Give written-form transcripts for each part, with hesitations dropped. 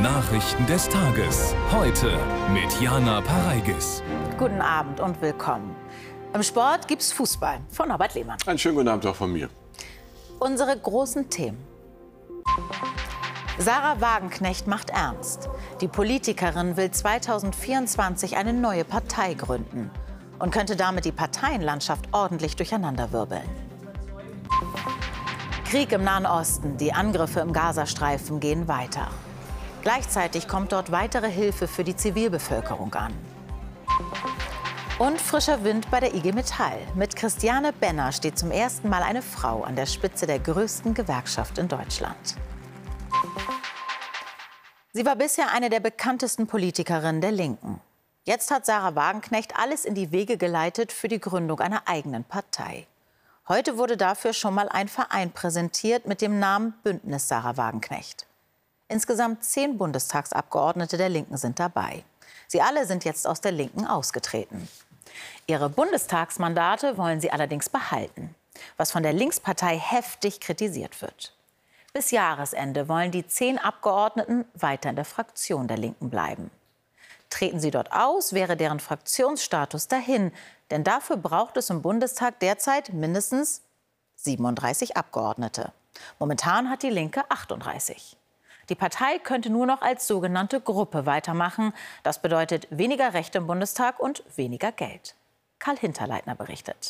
Nachrichten des Tages. Heute mit Jana Pareigis. Guten Abend und willkommen. Im Sport gibt's Fußball von Norbert Lehmann. Einen schönen guten Abend auch von mir. Unsere großen Themen. Sarah Wagenknecht macht ernst. Die Politikerin will 2024 eine neue Partei gründen und könnte damit die Parteienlandschaft ordentlich durcheinanderwirbeln. Krieg im Nahen Osten, die Angriffe im Gazastreifen gehen weiter. Gleichzeitig kommt dort weitere Hilfe für die Zivilbevölkerung an. Und frischer Wind bei der IG Metall. Mit Christiane Benner steht zum ersten Mal eine Frau an der Spitze der größten Gewerkschaft in Deutschland. Sie war bisher eine der bekanntesten Politikerinnen der Linken. Jetzt hat Sarah Wagenknecht alles in die Wege geleitet für die Gründung einer eigenen Partei. Heute wurde dafür schon mal ein Verein präsentiert mit dem Namen Bündnis Sarah Wagenknecht. Insgesamt 10 Bundestagsabgeordnete der Linken sind dabei. Sie alle sind jetzt aus der Linken ausgetreten. Ihre Bundestagsmandate wollen sie allerdings behalten, was von der Linkspartei heftig kritisiert wird. Bis Jahresende wollen die 10 Abgeordneten weiter in der Fraktion der Linken bleiben. Treten sie dort aus, wäre deren Fraktionsstatus dahin. Denn dafür braucht es im Bundestag derzeit mindestens 37 Abgeordnete. Momentan hat die Linke 38. Die Partei könnte nur noch als sogenannte Gruppe weitermachen. Das bedeutet weniger Rechte im Bundestag und weniger Geld. Karl Hinterleitner berichtet.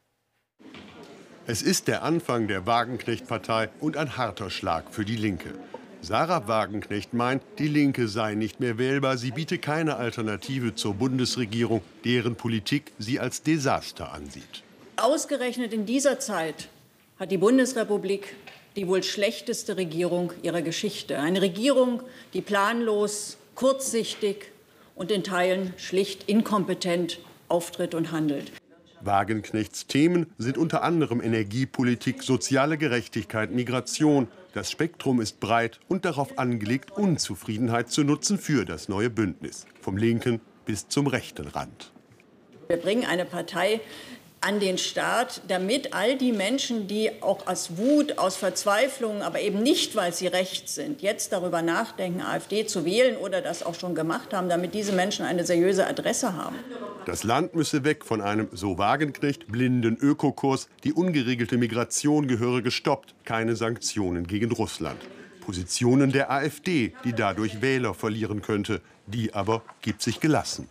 Es ist der Anfang der Wagenknecht-Partei und ein harter Schlag für die Linke. Sarah Wagenknecht meint, die Linke sei nicht mehr wählbar. Sie biete keine Alternative zur Bundesregierung, deren Politik sie als Desaster ansieht. Ausgerechnet in dieser Zeit hat die Bundesrepublik die wohl schlechteste Regierung ihrer Geschichte. Eine Regierung, die planlos, kurzsichtig und in Teilen schlicht inkompetent auftritt und handelt. Wagenknechts Themen sind unter anderem Energiepolitik, soziale Gerechtigkeit, Migration. Das Spektrum ist breit und darauf angelegt, Unzufriedenheit zu nutzen für das neue Bündnis. Vom linken bis zum rechten Rand. Wir bringen eine Partei an den Start, damit all die Menschen, die auch aus Wut, aus Verzweiflung, aber eben nicht, weil sie rechts sind, jetzt darüber nachdenken, AfD zu wählen oder das auch schon gemacht haben, damit diese Menschen eine seriöse Adresse haben. Das Land müsse weg von einem, so Wagenknecht, blinden Ökokurs. Die ungeregelte Migration gehöre gestoppt. Keine Sanktionen gegen Russland. Positionen der AfD, die dadurch Wähler verlieren könnte. Die aber gibt sich gelassen.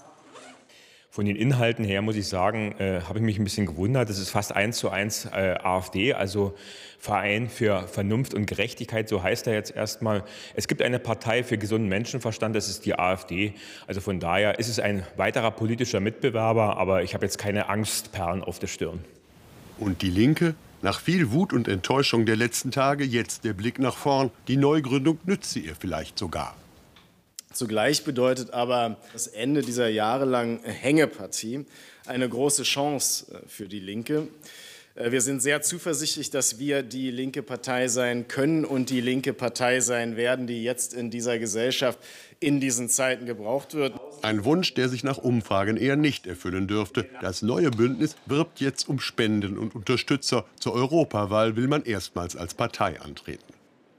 Von den Inhalten her, muss ich sagen, habe ich mich ein bisschen gewundert. Das ist fast 1:1 AfD, also Verein für Vernunft und Gerechtigkeit, so heißt er jetzt erstmal. Es gibt eine Partei für gesunden Menschenverstand, das ist die AfD. Also von daher ist es ein weiterer politischer Mitbewerber, aber ich habe jetzt keine Angstperlen auf der Stirn. Und die Linke? Nach viel Wut und Enttäuschung der letzten Tage jetzt der Blick nach vorn. Die Neugründung nütze ihr vielleicht sogar. Zugleich bedeutet aber das Ende dieser jahrelangen Hängepartie eine große Chance für die Linke. Wir sind sehr zuversichtlich, dass wir die linke Partei sein können und die linke Partei sein werden, die jetzt in dieser Gesellschaft in diesen Zeiten gebraucht wird. Ein Wunsch, der sich nach Umfragen eher nicht erfüllen dürfte. Das neue Bündnis wirbt jetzt um Spenden und Unterstützer. Zur Europawahl will man erstmals als Partei antreten.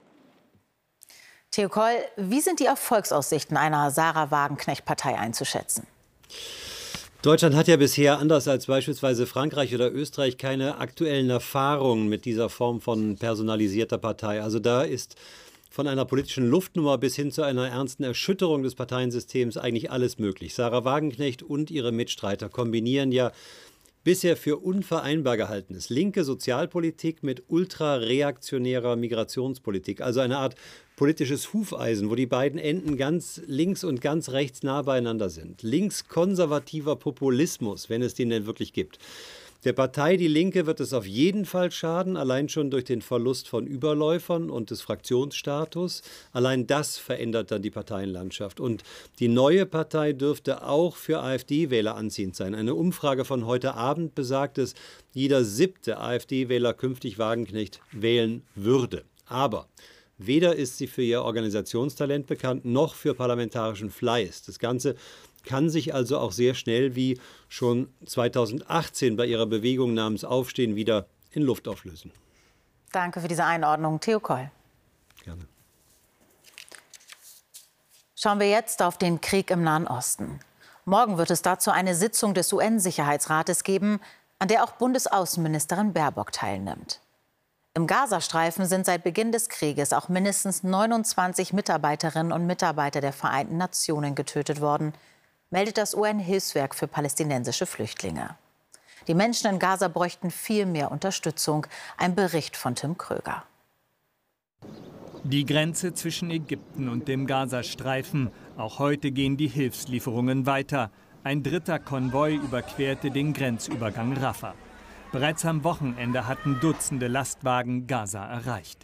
Theo Koll, wie sind die Erfolgsaussichten einer Sarah Wagenknecht-Partei einzuschätzen? Deutschland hat ja bisher, anders als beispielsweise Frankreich oder Österreich, keine aktuellen Erfahrungen mit dieser Form von personalisierter Partei. Also da ist von einer politischen Luftnummer bis hin zu einer ernsten Erschütterung des Parteiensystems eigentlich alles möglich. Sarah Wagenknecht und ihre Mitstreiter kombinieren ja bisher für unvereinbar gehaltenes linke Sozialpolitik mit ultrareaktionärer Migrationspolitik. Also eine Art politisches Hufeisen, wo die beiden Enden ganz links und ganz rechts nah beieinander sind. Linkskonservativer Populismus, wenn es den denn wirklich gibt. Der Partei Die Linke wird es auf jeden Fall schaden, allein schon durch den Verlust von Überläufern und des Fraktionsstatus. Allein das verändert dann die Parteienlandschaft. Und die neue Partei dürfte auch für AfD-Wähler anziehend sein. Eine Umfrage von heute Abend besagt es, jeder 7. AfD-Wähler künftig Wagenknecht wählen würde. Aber weder ist sie für ihr Organisationstalent bekannt, noch für parlamentarischen Fleiß. Das Ganze kann sich also auch sehr schnell wie schon 2018 bei ihrer Bewegung namens Aufstehen wieder in Luft auflösen. Danke für diese Einordnung, Theo Koll. Gerne. Schauen wir jetzt auf den Krieg im Nahen Osten. Morgen wird es dazu eine Sitzung des UN-Sicherheitsrates geben, an der auch Bundesaußenministerin Baerbock teilnimmt. Im Gazastreifen sind seit Beginn des Krieges auch mindestens 29 Mitarbeiterinnen und Mitarbeiter der Vereinten Nationen getötet worden, meldet das UN-Hilfswerk für palästinensische Flüchtlinge. Die Menschen in Gaza bräuchten viel mehr Unterstützung. Ein Bericht von Tim Kröger. Die Grenze zwischen Ägypten und dem Gazastreifen. Auch heute gehen die Hilfslieferungen weiter. Ein dritter Konvoi überquerte den Grenzübergang Rafah. Bereits am Wochenende hatten Dutzende Lastwagen Gaza erreicht.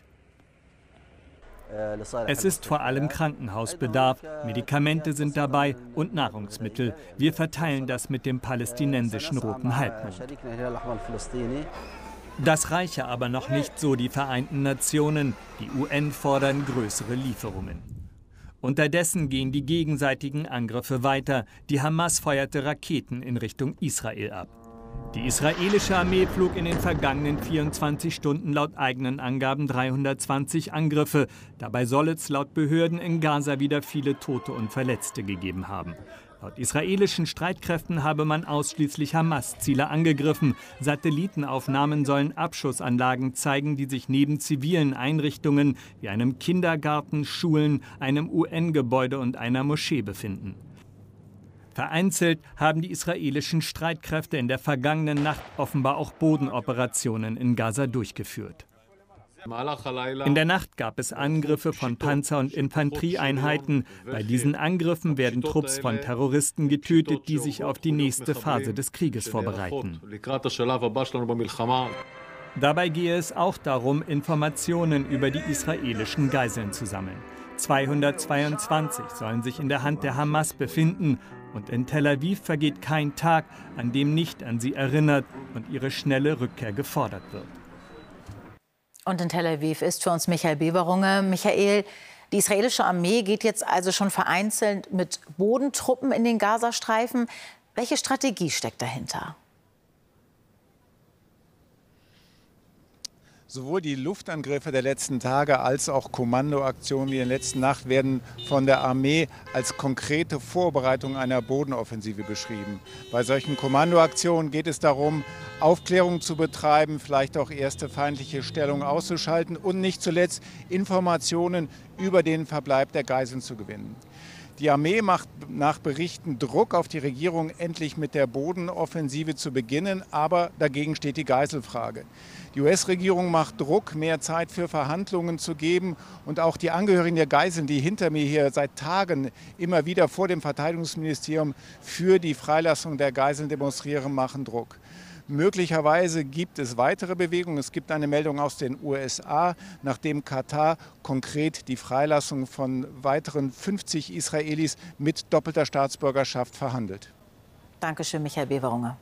Es ist vor allem Krankenhausbedarf, Medikamente sind dabei und Nahrungsmittel. Wir verteilen das mit dem palästinensischen Roten Halbmond. Das reiche aber noch nicht, so die Vereinten Nationen. Die UN fordern größere Lieferungen. Unterdessen gehen die gegenseitigen Angriffe weiter. Die Hamas feuerte Raketen in Richtung Israel ab. Die israelische Armee flog in den vergangenen 24 Stunden laut eigenen Angaben 320 Angriffe. Dabei soll es laut Behörden in Gaza wieder viele Tote und Verletzte gegeben haben. Laut israelischen Streitkräften habe man ausschließlich Hamas-Ziele angegriffen. Satellitenaufnahmen sollen Abschussanlagen zeigen, die sich neben zivilen Einrichtungen wie einem Kindergarten, Schulen, einem UN-Gebäude und einer Moschee befinden. Vereinzelt haben die israelischen Streitkräfte in der vergangenen Nacht offenbar auch Bodenoperationen in Gaza durchgeführt. In der Nacht gab es Angriffe von Panzer- und Infanterieeinheiten. Bei diesen Angriffen werden Trupps von Terroristen getötet, die sich auf die nächste Phase des Krieges vorbereiten. Dabei gehe es auch darum, Informationen über die israelischen Geiseln zu sammeln. 222 sollen sich in der Hand der Hamas befinden. Und in Tel Aviv vergeht kein Tag, an dem nicht an sie erinnert und ihre schnelle Rückkehr gefordert wird. Und in Tel Aviv ist für uns Michael Beverunge. Michael, die israelische Armee geht jetzt also schon vereinzelt mit Bodentruppen in den Gazastreifen. Welche Strategie steckt dahinter? Sowohl die Luftangriffe der letzten Tage als auch Kommandoaktionen wie in der letzten Nacht werden von der Armee als konkrete Vorbereitung einer Bodenoffensive beschrieben. Bei solchen Kommandoaktionen geht es darum, Aufklärung zu betreiben, vielleicht auch erste feindliche Stellungen auszuschalten und nicht zuletzt Informationen über den Verbleib der Geiseln zu gewinnen. Die Armee macht nach Berichten Druck auf die Regierung, endlich mit der Bodenoffensive zu beginnen, aber dagegen steht die Geiselfrage. Die US-Regierung macht Druck, mehr Zeit für Verhandlungen zu geben, und auch die Angehörigen der Geiseln, die hinter mir hier seit Tagen immer wieder vor dem Verteidigungsministerium für die Freilassung der Geiseln demonstrieren, machen Druck. Möglicherweise gibt es weitere Bewegungen. Es gibt eine Meldung aus den USA, nachdem Katar konkret die Freilassung von weiteren 50 Israelis mit doppelter Staatsbürgerschaft verhandelt. Dankeschön, Michael Beverunge.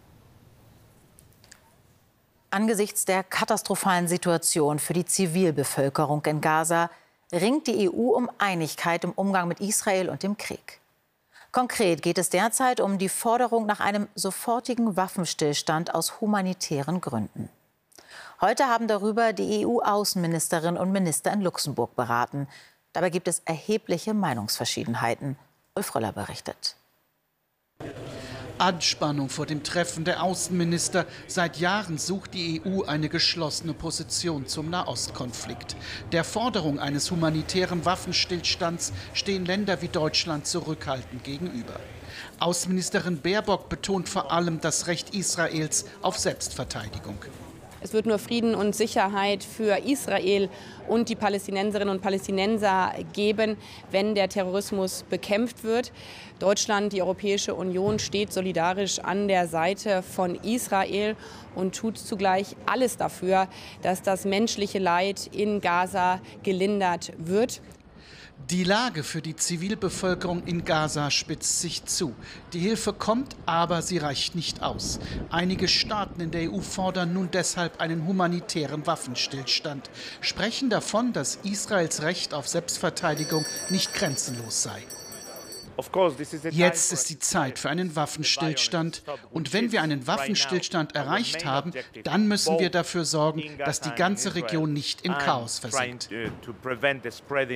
Angesichts der katastrophalen Situation für die Zivilbevölkerung in Gaza ringt die EU um Einigkeit im Umgang mit Israel und dem Krieg. Konkret geht es derzeit um die Forderung nach einem sofortigen Waffenstillstand aus humanitären Gründen. Heute haben darüber die EU-Außenministerinnen und Minister in Luxemburg beraten. Dabei gibt es erhebliche Meinungsverschiedenheiten. Ulf Röller berichtet. Anspannung vor dem Treffen der Außenminister. Seit Jahren sucht die EU eine geschlossene Position zum Nahostkonflikt. Der Forderung eines humanitären Waffenstillstands stehen Länder wie Deutschland zurückhaltend gegenüber. Außenministerin Baerbock betont vor allem das Recht Israels auf Selbstverteidigung. Es wird nur Frieden und Sicherheit für Israel und die Palästinenserinnen und Palästinenser geben, wenn der Terrorismus bekämpft wird. Deutschland, die Europäische Union, steht solidarisch an der Seite von Israel und tut zugleich alles dafür, dass das menschliche Leid in Gaza gelindert wird. Die Lage für die Zivilbevölkerung in Gaza spitzt sich zu. Die Hilfe kommt, aber sie reicht nicht aus. Einige Staaten in der EU fordern nun deshalb einen humanitären Waffenstillstand, sprechen davon, dass Israels Recht auf Selbstverteidigung nicht grenzenlos sei. Jetzt ist die Zeit für einen Waffenstillstand. Und wenn wir einen Waffenstillstand erreicht haben, dann müssen wir dafür sorgen, dass die ganze Region nicht in Chaos versinkt.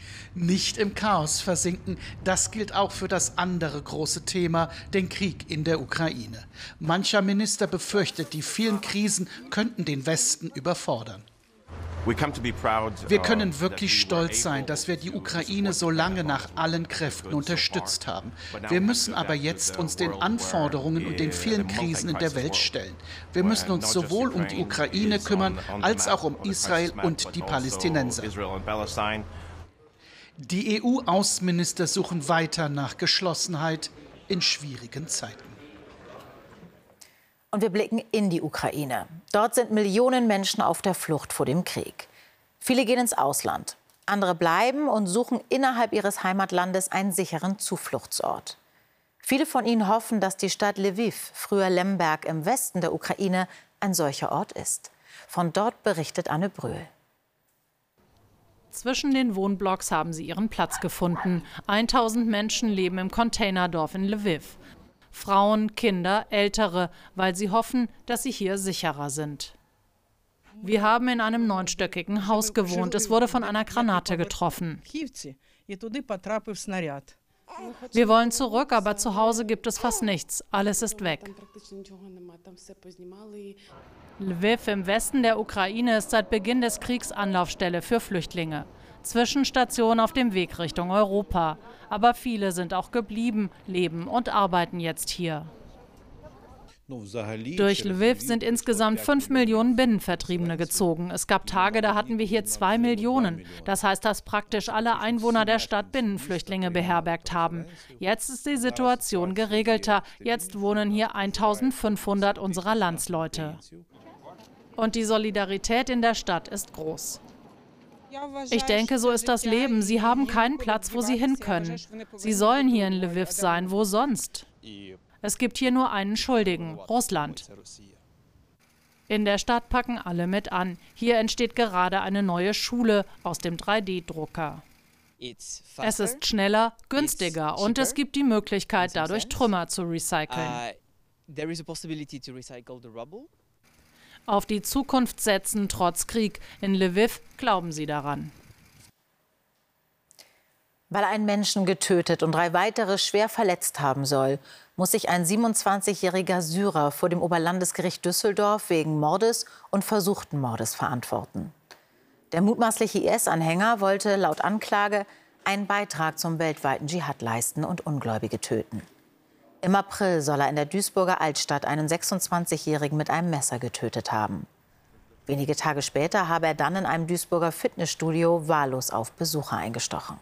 Nicht im Chaos versinken, das gilt auch für das andere große Thema, den Krieg in der Ukraine. Mancher Minister befürchtet, die vielen Krisen könnten den Westen überfordern. Wir können wirklich stolz sein, dass wir die Ukraine so lange nach allen Kräften unterstützt haben. Wir müssen aber jetzt uns den Anforderungen und den vielen Krisen in der Welt stellen. Wir müssen uns sowohl um die Ukraine kümmern, als auch um Israel und die Palästinenser. Die EU-Außenminister suchen weiter nach Geschlossenheit in schwierigen Zeiten. Und wir blicken in die Ukraine. Dort sind Millionen Menschen auf der Flucht vor dem Krieg. Viele gehen ins Ausland. Andere bleiben und suchen innerhalb ihres Heimatlandes einen sicheren Zufluchtsort. Viele von ihnen hoffen, dass die Stadt Lviv, früher Lemberg im Westen der Ukraine, ein solcher Ort ist. Von dort berichtet Anne Brühl. Zwischen den Wohnblocks haben sie ihren Platz gefunden. 1000 Menschen leben im Containerdorf in Lviv. Frauen, Kinder, Ältere, weil sie hoffen, dass sie hier sicherer sind. Wir haben in einem 9-stöckigen Haus gewohnt. Es wurde von einer Granate getroffen. Wir wollen zurück, aber zu Hause gibt es fast nichts. Alles ist weg. Lviv im Westen der Ukraine ist seit Beginn des Kriegs Anlaufstelle für Flüchtlinge. Zwischenstation auf dem Weg Richtung Europa. Aber viele sind auch geblieben, leben und arbeiten jetzt hier. Durch Lviv sind insgesamt 5 Millionen Binnenvertriebene gezogen. Es gab Tage, da hatten wir hier 2 Millionen. Das heißt, dass praktisch alle Einwohner der Stadt Binnenflüchtlinge beherbergt haben. Jetzt ist die Situation geregelter. Jetzt wohnen hier 1500 unserer Landsleute. Und die Solidarität in der Stadt ist groß. Ich denke, so ist das Leben. Sie haben keinen Platz, wo sie hin können. Sie sollen hier in Lviv sein, wo sonst? Es gibt hier nur einen Schuldigen, Russland. In der Stadt packen alle mit an. Hier entsteht gerade eine neue Schule aus dem 3D-Drucker. Es ist schneller, günstiger und es gibt die Möglichkeit, dadurch Trümmer zu recyceln. Auf die Zukunft setzen, trotz Krieg. In Lviv glauben sie daran. Weil ein Menschen getötet und 3 weitere schwer verletzt haben soll, muss sich ein 27-jähriger Syrer vor dem Oberlandesgericht Düsseldorf wegen Mordes und versuchten Mordes verantworten. Der mutmaßliche IS-Anhänger wollte laut Anklage einen Beitrag zum weltweiten Dschihad leisten und Ungläubige töten. Im April soll er in der Duisburger Altstadt einen 26-Jährigen mit einem Messer getötet haben. Wenige Tage später habe er dann in einem Duisburger Fitnessstudio wahllos auf Besucher eingestochen.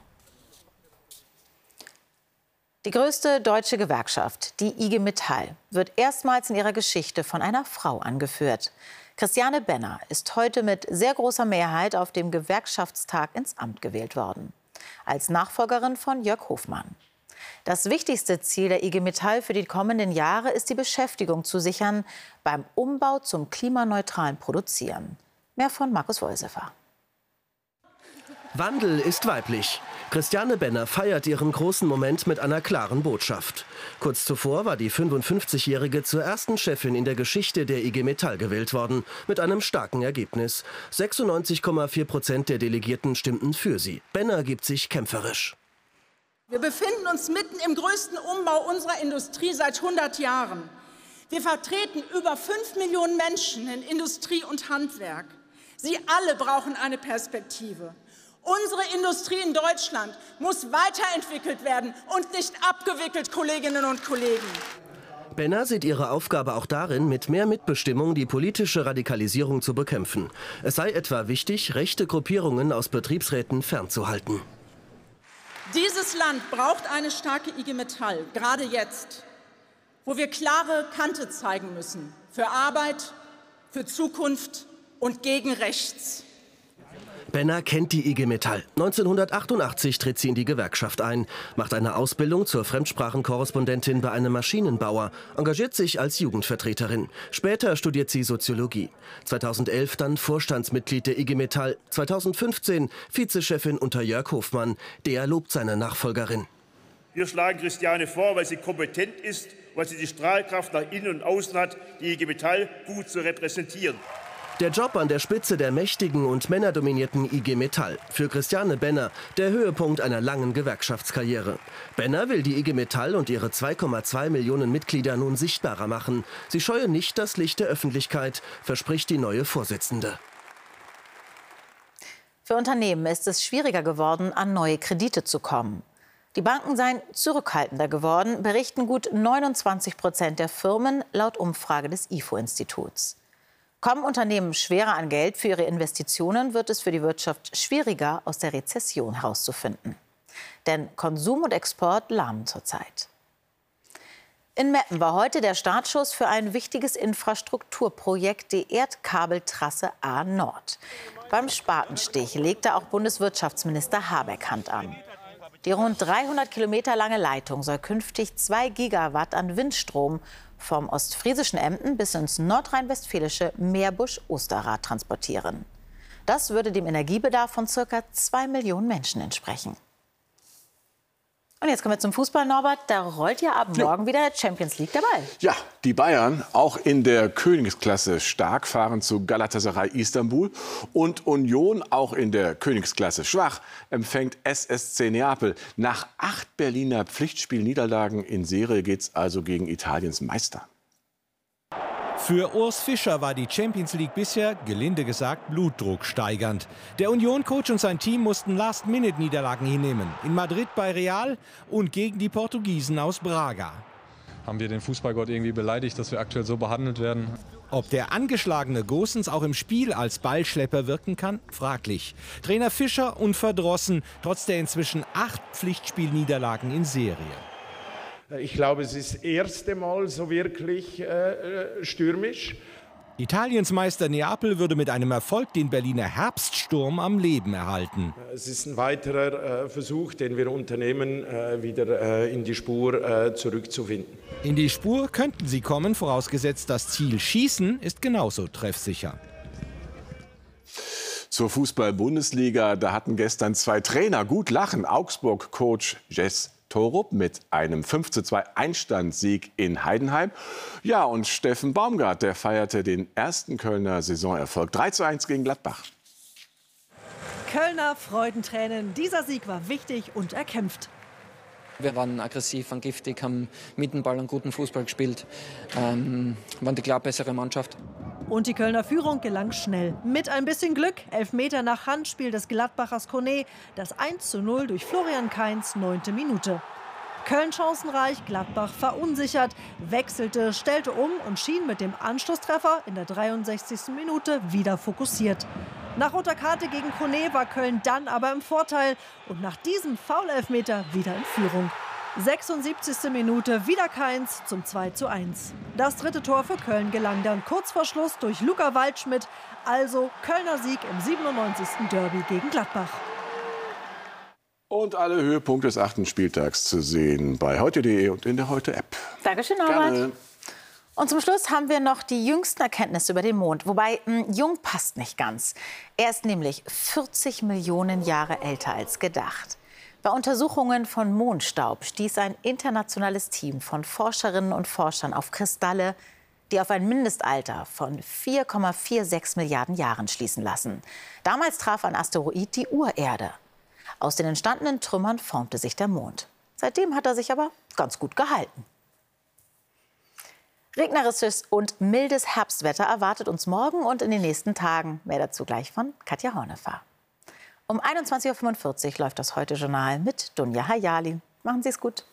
Die größte deutsche Gewerkschaft, die IG Metall, wird erstmals in ihrer Geschichte von einer Frau angeführt. Christiane Benner ist heute mit sehr großer Mehrheit auf dem Gewerkschaftstag ins Amt gewählt worden. Als Nachfolgerin von Jörg Hofmann. Das wichtigste Ziel der IG Metall für die kommenden Jahre ist, die Beschäftigung zu sichern beim Umbau zum klimaneutralen Produzieren. Mehr von Markus Wolsefer. Wandel ist weiblich. Christiane Benner feiert ihren großen Moment mit einer klaren Botschaft. Kurz zuvor war die 55-Jährige zur ersten Chefin in der Geschichte der IG Metall gewählt worden, mit einem starken Ergebnis. 96,4% der Delegierten stimmten für sie. Benner gibt sich kämpferisch. Wir befinden uns mitten im größten Umbau unserer Industrie seit 100 Jahren. Wir vertreten über 5 Millionen Menschen in Industrie und Handwerk. Sie alle brauchen eine Perspektive. Unsere Industrie in Deutschland muss weiterentwickelt werden und nicht abgewickelt, Kolleginnen und Kollegen. Benner sieht ihre Aufgabe auch darin, mit mehr Mitbestimmung die politische Radikalisierung zu bekämpfen. Es sei etwa wichtig, rechte Gruppierungen aus Betriebsräten fernzuhalten. Dieses Land braucht eine starke IG Metall, gerade jetzt, wo wir klare Kante zeigen müssen für Arbeit, für Zukunft und gegen rechts. Benner kennt die IG Metall. 1988 tritt sie in die Gewerkschaft ein, macht eine Ausbildung zur Fremdsprachenkorrespondentin bei einem Maschinenbauer, engagiert sich als Jugendvertreterin. Später studiert sie Soziologie. 2011 dann Vorstandsmitglied der IG Metall. 2015 Vizechefin unter Jörg Hofmann. Der lobt seine Nachfolgerin. Wir schlagen Christiane vor, weil sie kompetent ist, weil sie die Strahlkraft nach innen und außen hat, die IG Metall gut zu repräsentieren. Der Job an der Spitze der mächtigen und männerdominierten IG Metall. Für Christiane Benner der Höhepunkt einer langen Gewerkschaftskarriere. Benner will die IG Metall und ihre 2,2 Millionen Mitglieder nun sichtbarer machen. Sie scheue nicht das Licht der Öffentlichkeit, verspricht die neue Vorsitzende. Für Unternehmen ist es schwieriger geworden, an neue Kredite zu kommen. Die Banken seien zurückhaltender geworden, berichten gut 29% der Firmen laut Umfrage des IFO-Instituts. Kommen Unternehmen schwerer an Geld für ihre Investitionen, wird es für die Wirtschaft schwieriger, aus der Rezession herauszufinden. Denn Konsum und Export lahmen zurzeit. In Meppen war heute der Startschuss für ein wichtiges Infrastrukturprojekt, die Erdkabeltrasse A Nord. Beim Spatenstich legte auch Bundeswirtschaftsminister Habeck Hand an. Die rund 300 Kilometer lange Leitung soll künftig 2 Gigawatt an Windstrom vom ostfriesischen Emden bis ins nordrhein-westfälische Meerbusch-Osterrad transportieren. Das würde dem Energiebedarf von ca. 2 Millionen Menschen entsprechen. Und jetzt kommen wir zum Fußball, Norbert. Da rollt ja ab morgen wieder Champions League der Ball. Ja, die Bayern, auch in der Königsklasse stark, fahren zu Galatasaray Istanbul. Und Union, auch in der Königsklasse schwach, empfängt SSC Neapel. Nach 8 Berliner Pflichtspielniederlagen in Serie geht es also gegen Italiens Meister. Für Urs Fischer war die Champions League bisher, gelinde gesagt, blutdrucksteigernd. Der Union-Coach und sein Team mussten Last-Minute-Niederlagen hinnehmen. In Madrid bei Real und gegen die Portugiesen aus Braga. Haben wir den Fußballgott irgendwie beleidigt, dass wir aktuell so behandelt werden? Ob der angeschlagene Gosens auch im Spiel als Ballschlepper wirken kann, fraglich. Trainer Fischer unverdrossen, trotz der inzwischen 8 Pflichtspielniederlagen in Serie. Ich glaube, es ist das erste Mal so wirklich stürmisch. Italiens Meister Neapel würde mit einem Erfolg den Berliner Herbststurm am Leben erhalten. Es ist ein weiterer Versuch, den wir unternehmen, wieder in die Spur zurückzufinden. In die Spur könnten sie kommen, vorausgesetzt das Ziel Schießen ist genauso treffsicher. Zur Fußball-Bundesliga, da hatten gestern 2 Trainer gut lachen. Augsburg-Coach Jess Torup mit einem 5:2 Einstandssieg in Heidenheim. Ja, und Steffen Baumgart, der feierte den ersten Kölner Saisonerfolg 3:1 gegen Gladbach. Kölner Freudentränen. Dieser Sieg war wichtig und erkämpft. Wir waren aggressiv, waren giftig, haben mit dem Ball einen guten Fußball gespielt, waren die klar bessere Mannschaft. Und die Kölner Führung gelang schnell. Mit ein bisschen Glück, 11 Meter nach Handspiel des Gladbachers Kone, das 1:0 durch Florian Kainz, 9. Minute. Köln chancenreich, Gladbach verunsichert, wechselte, stellte um und schien mit dem Anschlusstreffer in der 63. Minute wieder fokussiert. Nach roter Karte gegen Kone war Köln dann aber im Vorteil und nach diesem Foul-Elfmeter wieder in Führung. 76. Minute, wieder Kainz zum 2:1. Das 3. Tor für Köln gelang dann kurz vor Schluss durch Luca Waldschmidt. Also Kölner Sieg im 97. Derby gegen Gladbach. Und alle Höhepunkte des 8. Spieltags zu sehen bei heute.de und in der Heute-App. Dankeschön, Norbert. Und zum Schluss haben wir noch die jüngsten Erkenntnisse über den Mond. Wobei, jung passt nicht ganz. Er ist nämlich 40 Millionen Jahre älter als gedacht. Bei Untersuchungen von Mondstaub stieß ein internationales Team von Forscherinnen und Forschern auf Kristalle, die auf ein Mindestalter von 4,46 Milliarden Jahren schließen lassen. Damals traf ein Asteroid die Urerde. Aus den entstandenen Trümmern formte sich der Mond. Seitdem hat er sich aber ganz gut gehalten. Regnerisches und mildes Herbstwetter erwartet uns morgen und in den nächsten Tagen. Mehr dazu gleich von Katja Hornefer. Um 21:45 Uhr läuft das Heute-Journal mit Dunja Hayali. Machen Sie es gut.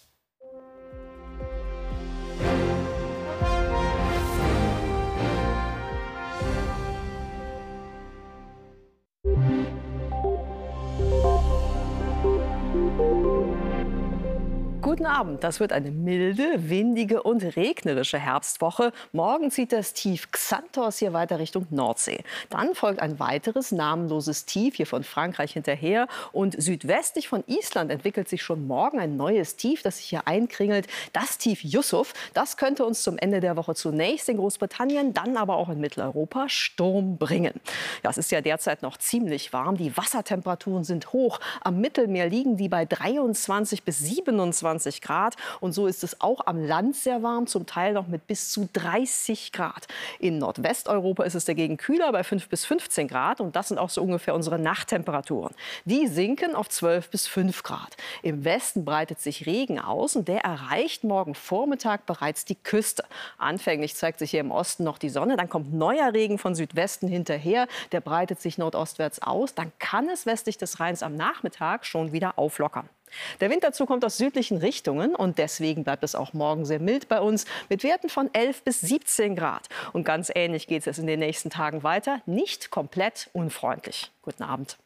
Guten Abend. Das wird eine milde, windige und regnerische Herbstwoche. Morgen zieht das Tief Xanthos hier weiter Richtung Nordsee. Dann folgt ein weiteres namenloses Tief hier von Frankreich hinterher. Und südwestlich von Island entwickelt sich schon morgen ein neues Tief, das sich hier einkringelt. Das Tief Yusuf. Das könnte uns zum Ende der Woche zunächst in Großbritannien, dann aber auch in Mitteleuropa Sturm bringen. Ja, es ist ja derzeit noch ziemlich warm. Die Wassertemperaturen sind hoch. Am Mittelmeer liegen die bei 23 bis 27 25 Grad. Und so ist es auch am Land sehr warm, zum Teil noch mit bis zu 30 Grad. In Nordwesteuropa ist es dagegen kühler bei 5 bis 15 Grad. Und das sind auch so ungefähr unsere Nachttemperaturen. Die sinken auf 12 bis 5 Grad. Im Westen breitet sich Regen aus und der erreicht morgen Vormittag bereits die Küste. Anfänglich zeigt sich hier im Osten noch die Sonne, dann kommt neuer Regen von Südwesten hinterher. Der breitet sich nordostwärts aus. Dann kann es westlich des Rheins am Nachmittag schon wieder auflockern. Der Wind dazu kommt aus südlichen Richtungen und deswegen bleibt es auch morgen sehr mild bei uns mit Werten von 11 bis 17 Grad. Und ganz ähnlich geht es in den nächsten Tagen weiter, nicht komplett unfreundlich. Guten Abend.